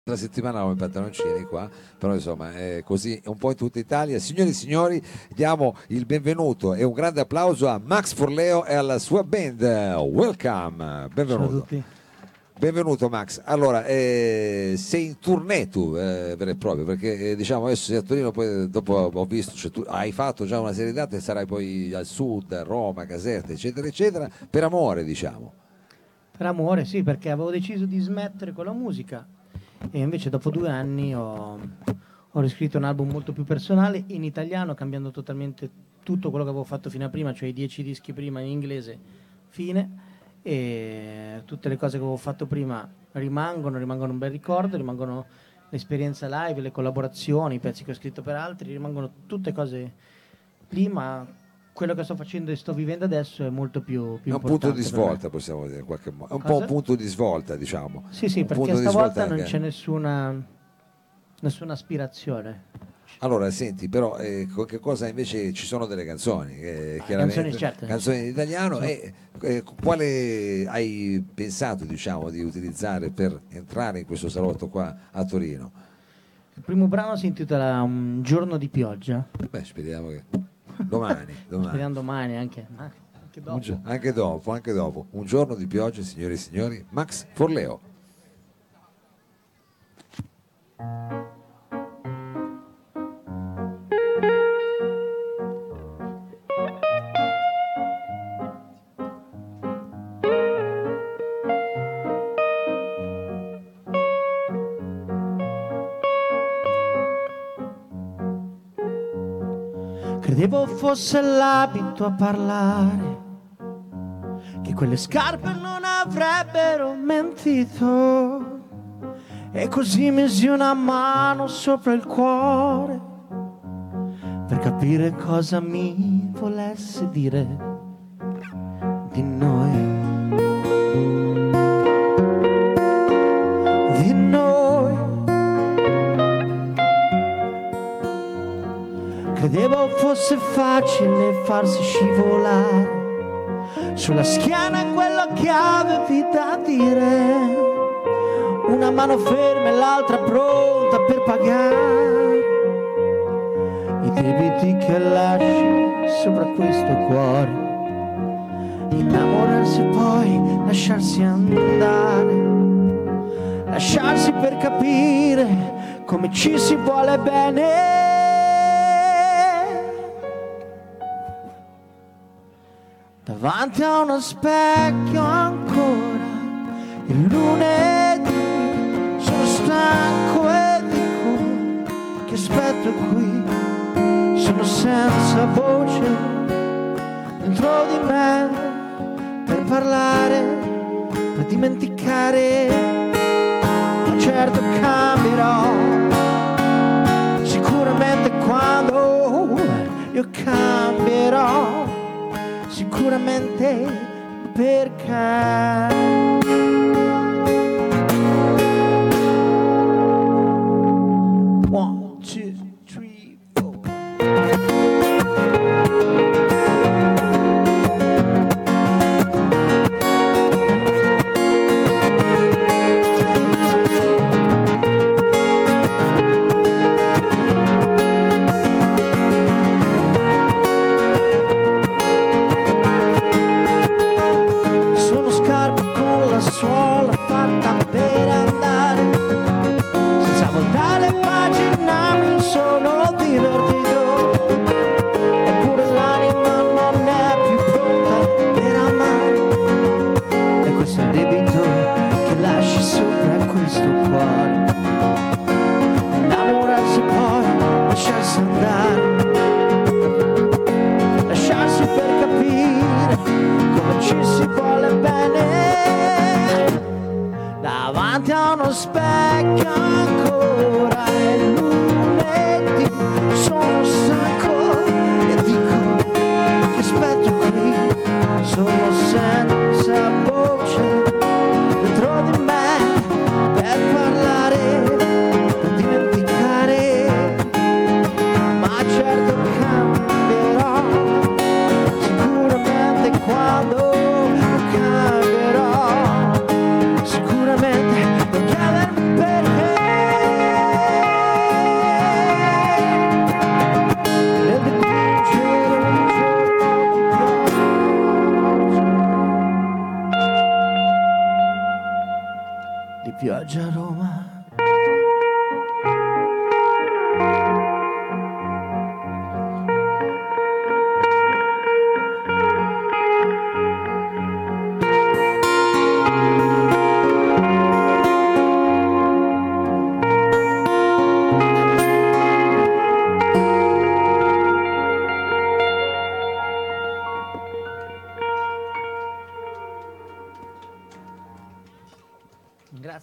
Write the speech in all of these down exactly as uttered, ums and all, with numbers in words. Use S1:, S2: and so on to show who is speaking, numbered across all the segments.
S1: La settimana avevo i pantaloncini qua, però insomma è così un po' in tutta Italia. Signori e signori, diamo il benvenuto e un grande applauso a Max Forleo e alla sua band. Welcome,
S2: Ciao a
S1: benvenuto.
S2: tutti.
S1: Benvenuto Max. Allora, eh, sei in tournée tu, eh, vero e proprio, perché eh, diciamo adesso sei a Torino, poi dopo ho visto, cioè, tu hai fatto già una serie di date, sarai poi al sud, a Roma, Caserta, eccetera, eccetera, per amore, diciamo.
S2: Per amore, sì, perché avevo deciso di smettere con la musica e invece dopo due anni ho, ho riscritto un album molto più personale in italiano, cambiando totalmente tutto quello che avevo fatto fino a prima, cioè i dieci dischi prima in inglese, fine, e tutte le cose che avevo fatto prima rimangono, rimangono un bel ricordo, rimangono l'esperienza live, le collaborazioni, i pezzi che ho scritto per altri, rimangono tutte cose prima. Quello che sto facendo e sto vivendo adesso è molto più, più
S1: È un punto
S2: importante
S1: di
S2: per me.
S1: svolta, possiamo dire in qualche modo. È un po'
S2: Cosa?
S1: un punto di svolta, diciamo.
S2: Sì, sì,
S1: Un
S2: perché
S1: punto di
S2: stavolta
S1: svolta
S2: non
S1: anche-
S2: c'è nessuna, nessuna aspirazione.
S1: Allora, senti, però, eh, co- che cosa invece ci sono delle canzoni, eh, chiaramente,
S2: canzoni, certo.
S1: canzoni in italiano,
S2: Sì.
S1: e eh, quale hai pensato, diciamo, di utilizzare per entrare in questo salotto qua a Torino?
S2: Il primo brano si intitola Un giorno di pioggia.
S1: Beh, speriamo che domani, domani.
S2: Speriamo domani anche, ma anche
S1: Un
S2: dopo.
S1: gio- anche dopo, anche dopo. Un giorno di pioggia, signore e signori, Max Forleo.
S2: Credevo fosse l'abito a parlare, che quelle scarpe non avrebbero mentito, e così misi una mano sopra il cuore per capire cosa mi volesse dire di noi, di noi. Credevo fosse facile farsi scivolare sulla schiena quello che avevi da dire, una mano ferma e l'altra pronta per pagare i debiti che lasci sopra questo cuore, innamorarsi e poi lasciarsi andare, lasciarsi per capire come ci si vuole bene. Davanti a uno specchio ancora il lunedì sono stanco e dico che aspetto qui, sono senza voce dentro di me per parlare, per dimenticare, ma certo cambierò sicuramente quando io cambierò, sicuramente perché one, two, three, four. Sono scarpe con la suola fatta per andare, senza voltare le pagine mi sono divertito, eppure l'anima non è più pronta per amare, e questo è il debito che lasci sopra questo cuore, innamorarsi e poi lasciarsi andare, lasciarsi per capire come ci si vuole bene. Davanti a uno specchio ancora è lunedì, sono stanco e dico che aspetto qui, sono senza voce dentro di me per parlare, per dimenticare, ma certo cambierò sicuramente quando cambierò, sicuramente non chiedermi perché.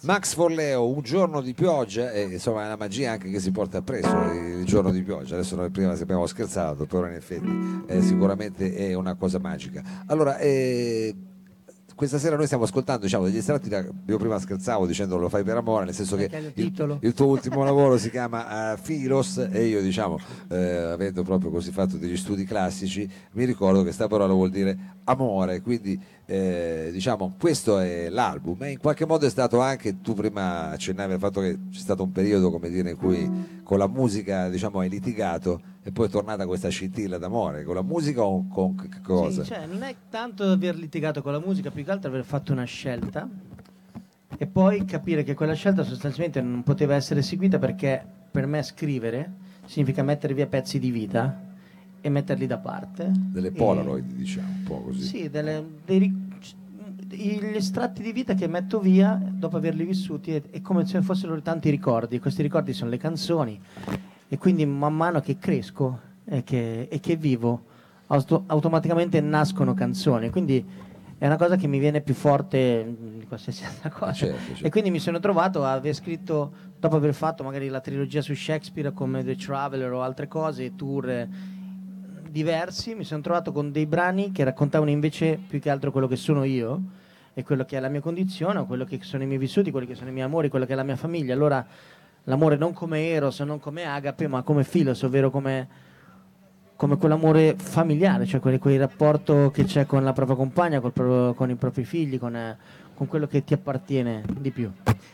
S1: Max Forleo, Un giorno di pioggia, e insomma è una magia anche che si porta appresso il giorno di pioggia. Adesso noi prima abbiamo scherzato, però in effetti eh, sicuramente è una cosa magica. Allora, eh, questa sera noi stiamo ascoltando, diciamo, degli estratti da, io prima scherzavo dicendo lo fai per amore, nel senso che
S2: il,
S1: il, il tuo ultimo lavoro si chiama uh, Philos, e io, diciamo, eh, avendo proprio così fatto degli studi classici, mi ricordo che sta parola vuol dire amore, quindi eh, diciamo questo è l'album, e in qualche modo è stato anche, tu prima accennavi al fatto che c'è stato un periodo, come dire, in cui con la musica, diciamo, hai litigato e poi è tornata questa scintilla d'amore con la musica, o con che cosa?
S2: Sì, cioè, non è tanto aver litigato con la musica, più che altro aver fatto una scelta e poi capire che quella scelta sostanzialmente non poteva essere seguita, perché per me scrivere significa mettere via pezzi di vita e metterli da parte.
S1: Delle Polaroid, e, diciamo, un po' così.
S2: Sì, delle, dei, gli estratti di vita che metto via dopo averli vissuti è, è come se fossero tanti ricordi. Questi ricordi sono le canzoni, e quindi man mano che cresco e che, e che vivo auto, automaticamente nascono canzoni, quindi è una cosa che mi viene più forte di qualsiasi altra cosa.
S1: Certo, certo.
S2: E quindi mi sono trovato a aver scritto, dopo aver fatto magari la trilogia su Shakespeare come The Traveller o altre cose, tour diversi, mi sono trovato con dei brani che raccontavano invece più che altro quello che sono io e quello che è la mia condizione, o quello che sono i miei vissuti, quelli che sono i miei amori, quello che è la mia famiglia. Allora l'amore non come Eros, non come Agape, ma come Philos, ovvero come, come quell'amore familiare, cioè quel, quel rapporto che c'è con la propria compagna, col proprio, con i propri figli, con, eh, con quello che ti appartiene di più.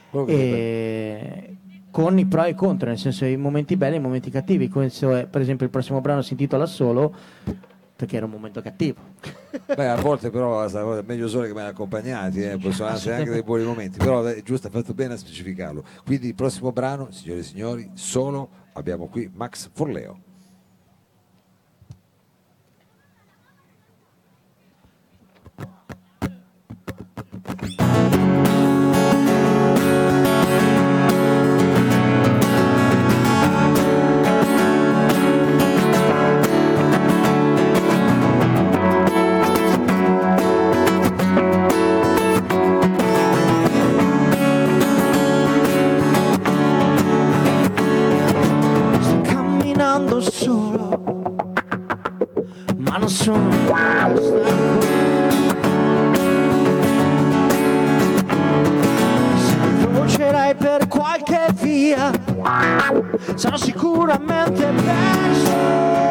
S2: E con i pro e i contro, nel senso i momenti belli e i momenti cattivi. Questo è, per esempio, il prossimo brano si intitola Solo, perché era un momento cattivo.
S1: Beh, a volte però è meglio solo che ben accompagnati, eh, possono essere anche dei buoni momenti, però è giusto, ha fatto bene a specificarlo. Quindi il prossimo brano, signore e signori, Solo, abbiamo qui Max Forleo.
S3: Sarò sicuramente perso.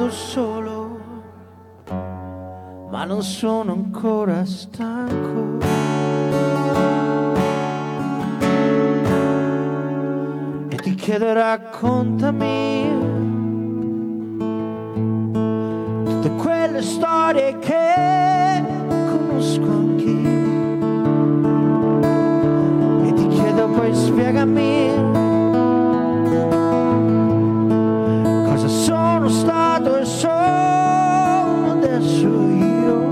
S3: stato solo, ma non sono ancora stanco. E ti chiedo, raccontami tutte quelle storie che conosco anch'io. E ti chiedo poi, spiegami cosa sono stato e sono adesso io.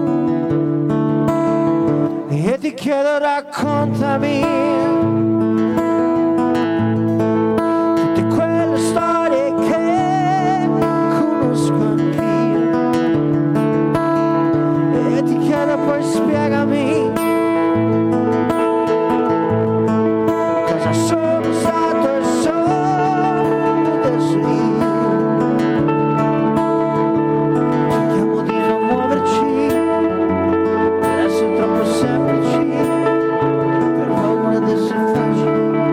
S3: E ti chiedo, raccontami tutte quelle storie che conosco anch'io. E ti chiedo poi, spiegami cosa sono stato e sono adesso io. Cerchiamo di non muoverci per essere troppo semplici, per paura di essere facili.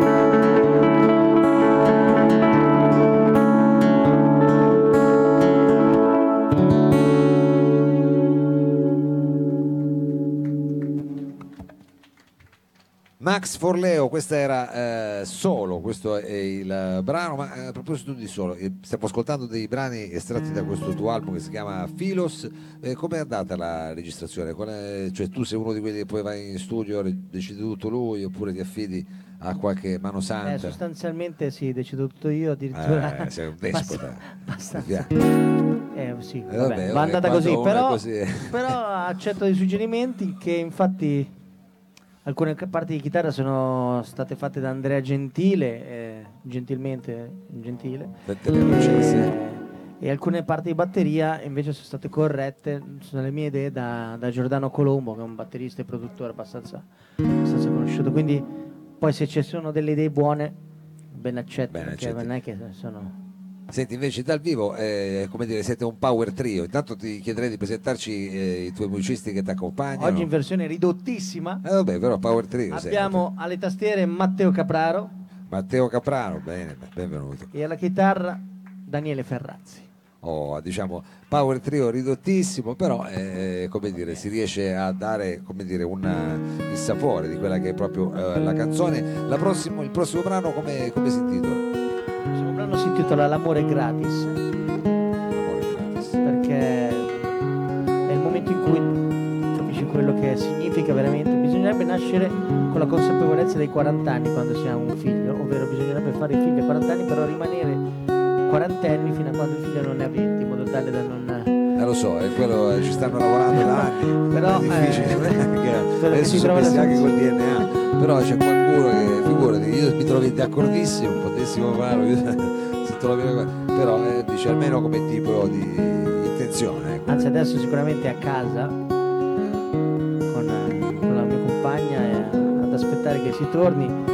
S1: Max Forleo, questa era eh, Solo, questo è il brano, ma eh, a proposito di Solo, eh, stiamo ascoltando dei brani estratti da questo tuo album che si chiama Philos. Eh, com'è andata la registrazione? Qual è- cioè, tu sei uno di quelli che poi vai in studio, re- decidi tutto lui, oppure ti affidi a qualche mano
S2: Eh,
S1: santa?
S2: sostanzialmente sì, decido tutto io, addirittura.
S1: Eh, sei un despota.
S2: Abbastanza. Eh, sì,
S1: Eh,
S2: vabbè,
S1: vabbè,
S2: va andata
S1: quando
S2: così,
S1: uno è
S2: però,
S1: così.
S2: però accetto dei suggerimenti che infatti alcune ca- parti di chitarra sono state fatte da Andrea Gentile, eh, gentilmente gentile,
S1: Te- te le concessi.
S2: e, e alcune parti di batteria invece sono state corrette, sono le mie idee, da, da Giordano Colombo, che è un batterista e produttore abbastanza, abbastanza conosciuto, quindi poi se ci sono delle idee buone ben accetto,
S1: Ben
S2: perché
S1: accetti.
S2: non è che sono...
S1: Senti, invece dal vivo, eh, come dire, siete un power trio. Intanto ti chiederei di presentarci eh, i tuoi musicisti che ti accompagnano.
S2: Oggi in versione ridottissima
S1: Eh, vabbè, però power trio.
S2: abbiamo alle tastiere Matteo Capraro
S1: sempre. Matteo Caprano, bene, benvenuto.
S2: e alla chitarra Daniele Ferrazzi.
S1: Oh, diciamo, power trio ridottissimo, però eh, come dire, si riesce a dare, come dire, una- il sapore di quella che è proprio eh, la canzone. La prossimo- il prossimo brano come, come si intitola?
S2: Il prossimo brano si intitola L'amore gratis,
S1: Amore gratis.
S2: perché è il momento in cui capisci quello che significa veramente. Bisognerebbe nascere con la consapevolezza dei quaranta anni quando si ha un figlio, ovvero bisognerebbe fare i figli a quaranta anni, però rimanere quarantenni fino a quando il figlio non ne ha venti, in modo tale da non...
S1: Eh, lo so, è quello, eh, ci stanno lavorando da anni,
S2: Però,
S1: è difficile,
S2: eh,
S1: perché
S2: spero che
S1: adesso
S2: si
S1: sono
S2: trovi
S1: messi
S2: la
S1: anche col
S2: soluzione.
S1: D N A, però c'è qualcuno che, figurati, io mi trovi d'accordissimo, potessimo farlo, io, se trovi una cosa, però eh, dice almeno come tipo di intenzione. Ecco.
S2: Anzi, adesso sicuramente è a casa con, eh, con la mia compagna e ad aspettare che si torni.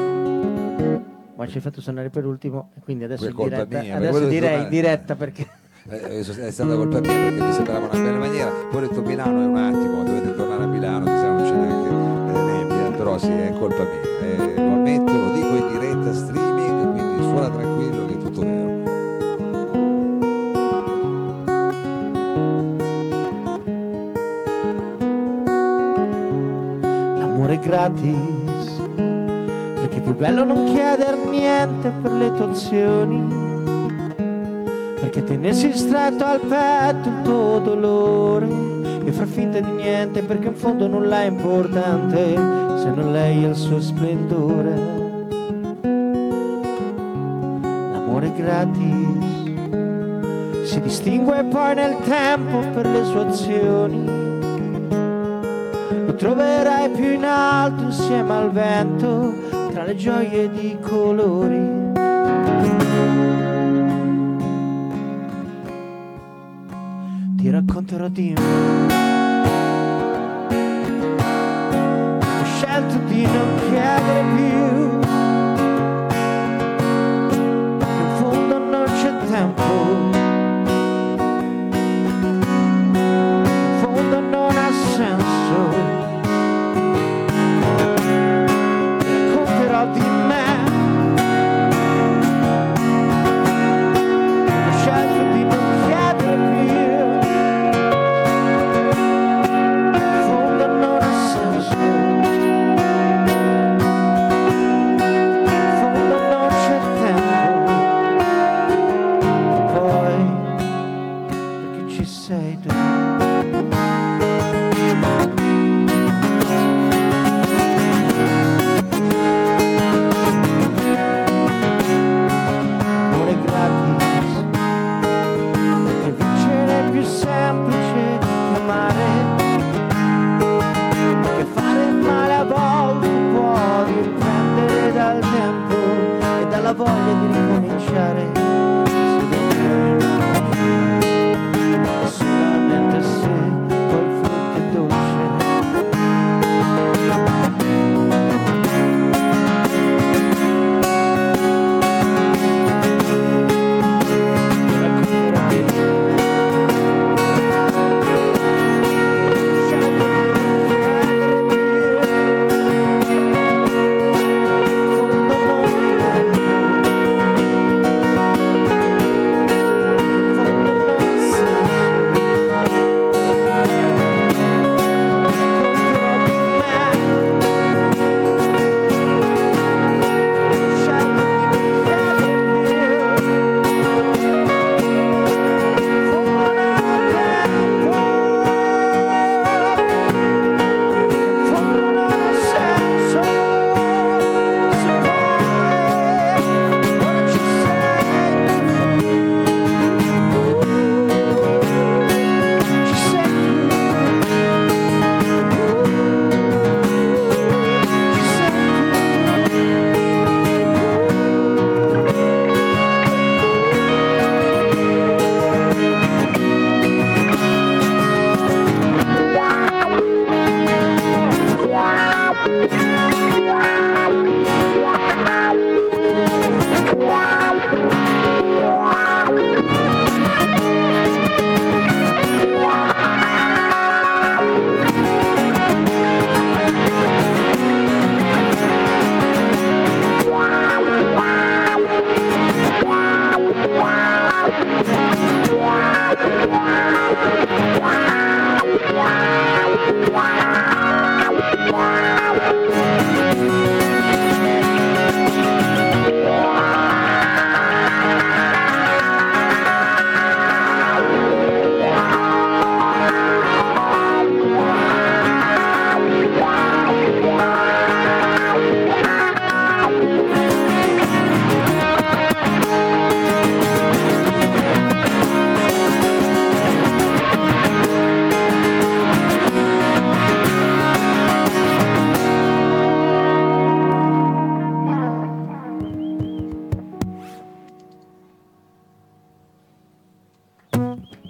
S2: Ma ci hai fatto suonare per ultimo e quindi adesso,
S1: Per
S2: in
S1: colpa
S2: diretta,
S1: mia,
S2: adesso
S1: volevo
S2: direi
S1: tornare.
S2: in diretta perché
S1: Eh, è stata colpa mia perché mi sembrava una bella maniera, poi ho detto Milano è un attimo, dovete tornare a Milano, se no non c'è neanche eh, nebbia, però sì, è colpa mia, eh, lo ammetto, lo dico in diretta streaming, quindi suona tranquillo che è tutto vero.
S3: L'amore è gratis, perché è più bello non chieder niente per le tue azioni, perché tenersi stretto al petto il tuo dolore e far finta di niente, perché in fondo nulla è importante se non lei è il suo splendore. L'amore è gratis, si distingue poi nel tempo per le sue azioni, lo troverai più in alto insieme al vento tra le gioie di colori. Ti racconterò di me, ho scelto di non chiedere più, perché in fondo non c'è tempo, in fondo non ha senso. Ti racconterò di me, ho scelto di non chiedere più,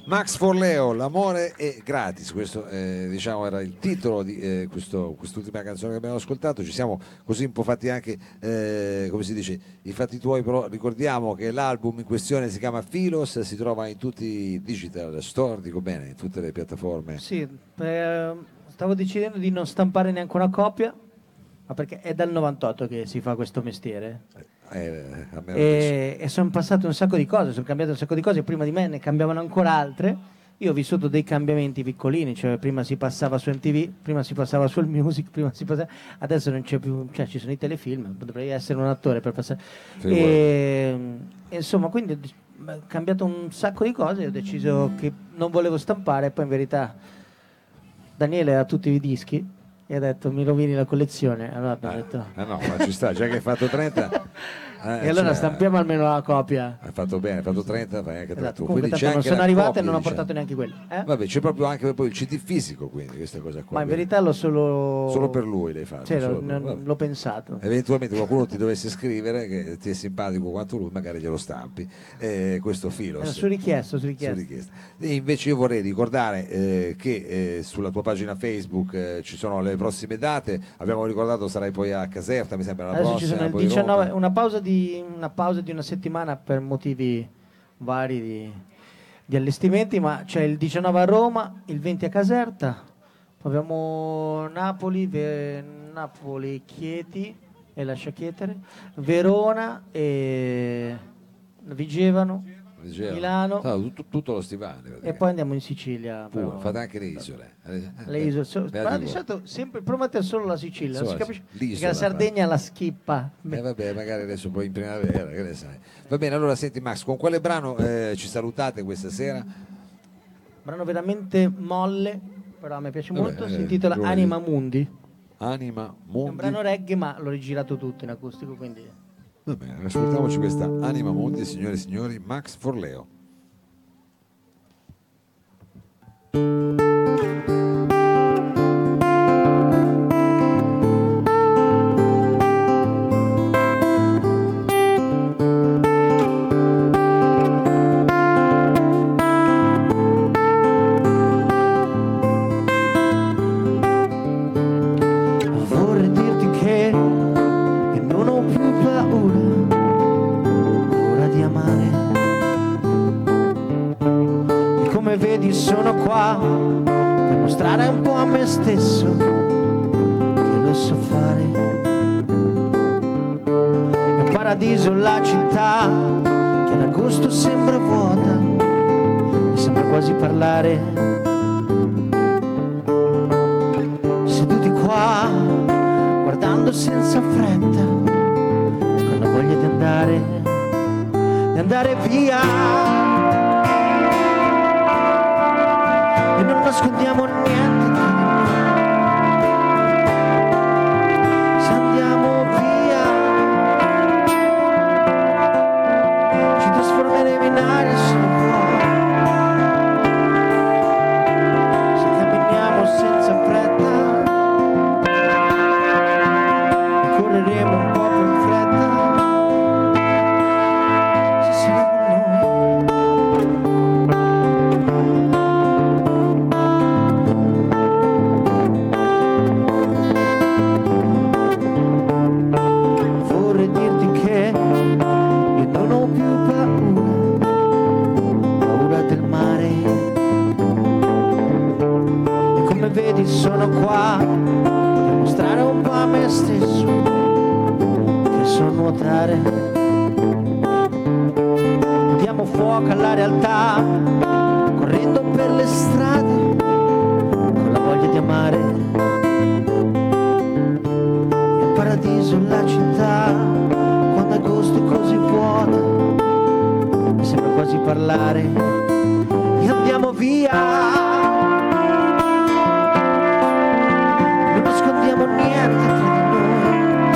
S1: Max Forleo, l'amore è gratis, questo eh, diciamo era il titolo di eh, questo, quest'ultima canzone che abbiamo ascoltato. Ci siamo così un po' fatti anche, eh, come si dice, i fatti tuoi, però ricordiamo che l'album in questione si chiama Philos, si trova in tutti i digital store, dico bene, in tutte le piattaforme.
S2: Sì, eh, stavo decidendo di non stampare neanche una copia, ma perché è dal novantotto che si fa questo mestiere.
S1: Eh, a me
S2: e, e sono passate un sacco di cose, sono cambiate un sacco di cose, prima di me ne cambiavano ancora altre. Io ho vissuto dei cambiamenti piccolini, cioè prima si passava su M T V, prima si passava sul Music, prima si passava... adesso non c'è più, cioè ci sono i telefilm, dovrei essere un attore per passare. E, e insomma, quindi ho cambiato un sacco di cose e ho deciso che non volevo stampare, poi in verità Daniele ha tutti i dischi e ha detto mi rovini la collezione, allora abbiamo
S1: Ah,
S2: detto
S1: ah no, ma ci sta, già che hai fatto trenta eh,
S2: e allora
S1: cioè,
S2: stampiamo almeno la copia.
S1: hai fatto bene, hai fatto trenta, fai anche
S2: Esatto,
S1: tu.
S2: comunque
S1: Quindi
S2: tanto
S1: c'è
S2: non
S1: anche
S2: sono
S1: la
S2: arrivate
S1: copia,
S2: e non ho
S1: diciamo.
S2: portato neanche quelli. Eh?
S1: Vabbè, c'è proprio anche poi il C D fisico, quindi questa cosa qua.
S2: Ma in
S1: vedi?
S2: verità l'ho solo...
S1: Solo per lui l'hai fatto.
S2: Cioè,
S1: solo
S2: l'ho-
S1: per-
S2: non-
S1: vabbè.
S2: l'ho pensato.
S1: Eventualmente qualcuno ti dovesse scrivere che ti è simpatico quanto lui, magari glielo stampi. Eh, questo filo.
S2: Eh, su richiesta, su richiesta.
S1: Su richiesta. E invece io vorrei ricordare eh, che eh, sulla tua pagina Facebook eh, ci sono le prossime date. Abbiamo ricordato sarai poi a Caserta, mi sembra la
S2: Adesso
S1: prossima.
S2: ci sono il
S1: poi
S2: diciannove,
S1: Roma.
S2: una pausa, di, una pausa di una settimana per motivi vari di, di allestimenti, ma c'è il diciannove a Roma, il venti a Caserta, poi abbiamo Napoli, Ve- Napoli, Chieti e lascia Chietere, Verona e Vigevano,
S1: Diceva.
S2: Milano.
S1: No, tutto, tutto lo stivale.
S2: e
S1: praticamente.
S2: poi andiamo in Sicilia.
S1: Pure,
S2: però.
S1: fate anche le isole. Eh,
S2: Le isole, so-
S1: beati
S2: ma
S1: voi.
S2: di solito sempre promette solo la Sicilia,
S1: Solo
S2: non si
S1: la-
S2: capisce
S1: l'isola,
S2: perché la Sardegna la schippa.
S1: Eh, vabbè, magari adesso poi in primavera, che ne sai. Va bene, allora senti Max, con quale brano eh, ci salutate questa sera?
S2: Brano veramente molle, però a me piace
S1: Vabbè,
S2: molto,
S1: eh,
S2: si intitola
S1: come
S2: Anima
S1: dire.
S2: Mundi.
S1: Anima
S2: È un
S1: Mondi.
S2: brano reggae, ma l'ho rigirato tutto in acustico, quindi
S1: Va bene, ascoltiamoci questa Anima Mondi, signore e signori, Max Forleo.
S3: Vorrei dirti che, che non ho più paura, paura di amare. E come vedi sono qua per mostrare un po' a me stesso che lo so fare. Il paradiso, la città che ad agosto sembra vuota, mi sembra quasi parlare. Seduti qua, guardando senza fretta, con la voglia di andare, di andare via. E non nascondiamo niente tra di noi. Se andiamo via, ci trasformeremo in aria se vuoi. Se camminiamo senza fretta, correremo un po' più in fretta, se saremo noi. Vorrei dirti che io non ho più paura, paura del mare. E come vedi sono qua per mostrare un po' a me stesso che so nuotare. Diamo fuoco alla realtà, correndo per le strade con la voglia di amare. Il paradiso, la città, quando agosto è così vuota, mi sembra quasi parlare. E andiamo via, non nascondiamo niente tra di noi.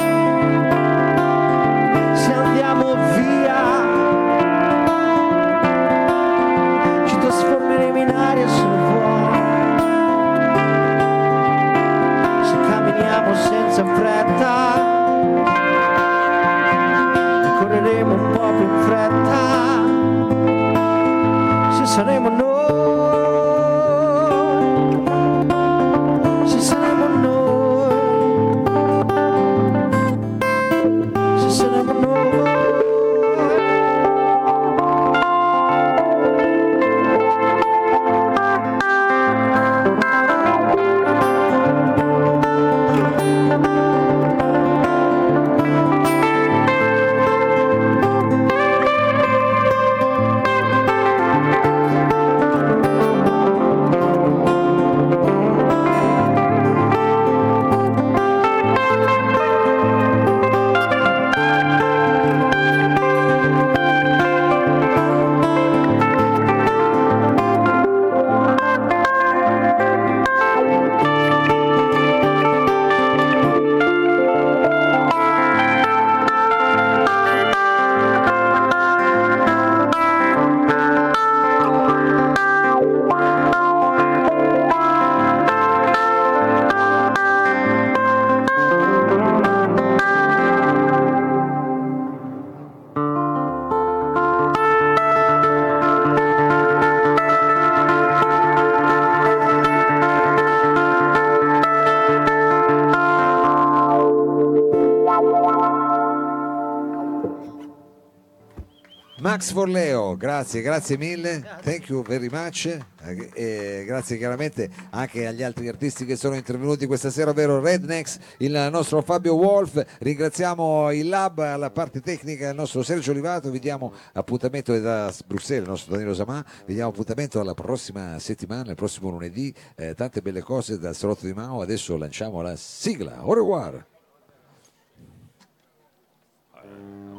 S3: Se andiamo via, ci trasformeremo in aria se vuoi. Se camminiamo senza fretta, correremo un po' più in fretta. Se saremo noi, se saremo noi, se saremo noi.
S1: Max Forleo, grazie, grazie mille, thank you very much, eh, e grazie chiaramente anche agli altri artisti che sono intervenuti questa sera, ovvero Rednex, il nostro Fabio Wolf, ringraziamo il Lab, alla parte tecnica il nostro Sergio Olivato, vi diamo appuntamento da Bruxelles, il nostro Danilo Samà, vi diamo appuntamento alla prossima settimana, il prossimo lunedì, eh, tante belle cose dal Salotto di Mao, adesso lanciamo la sigla, au revoir.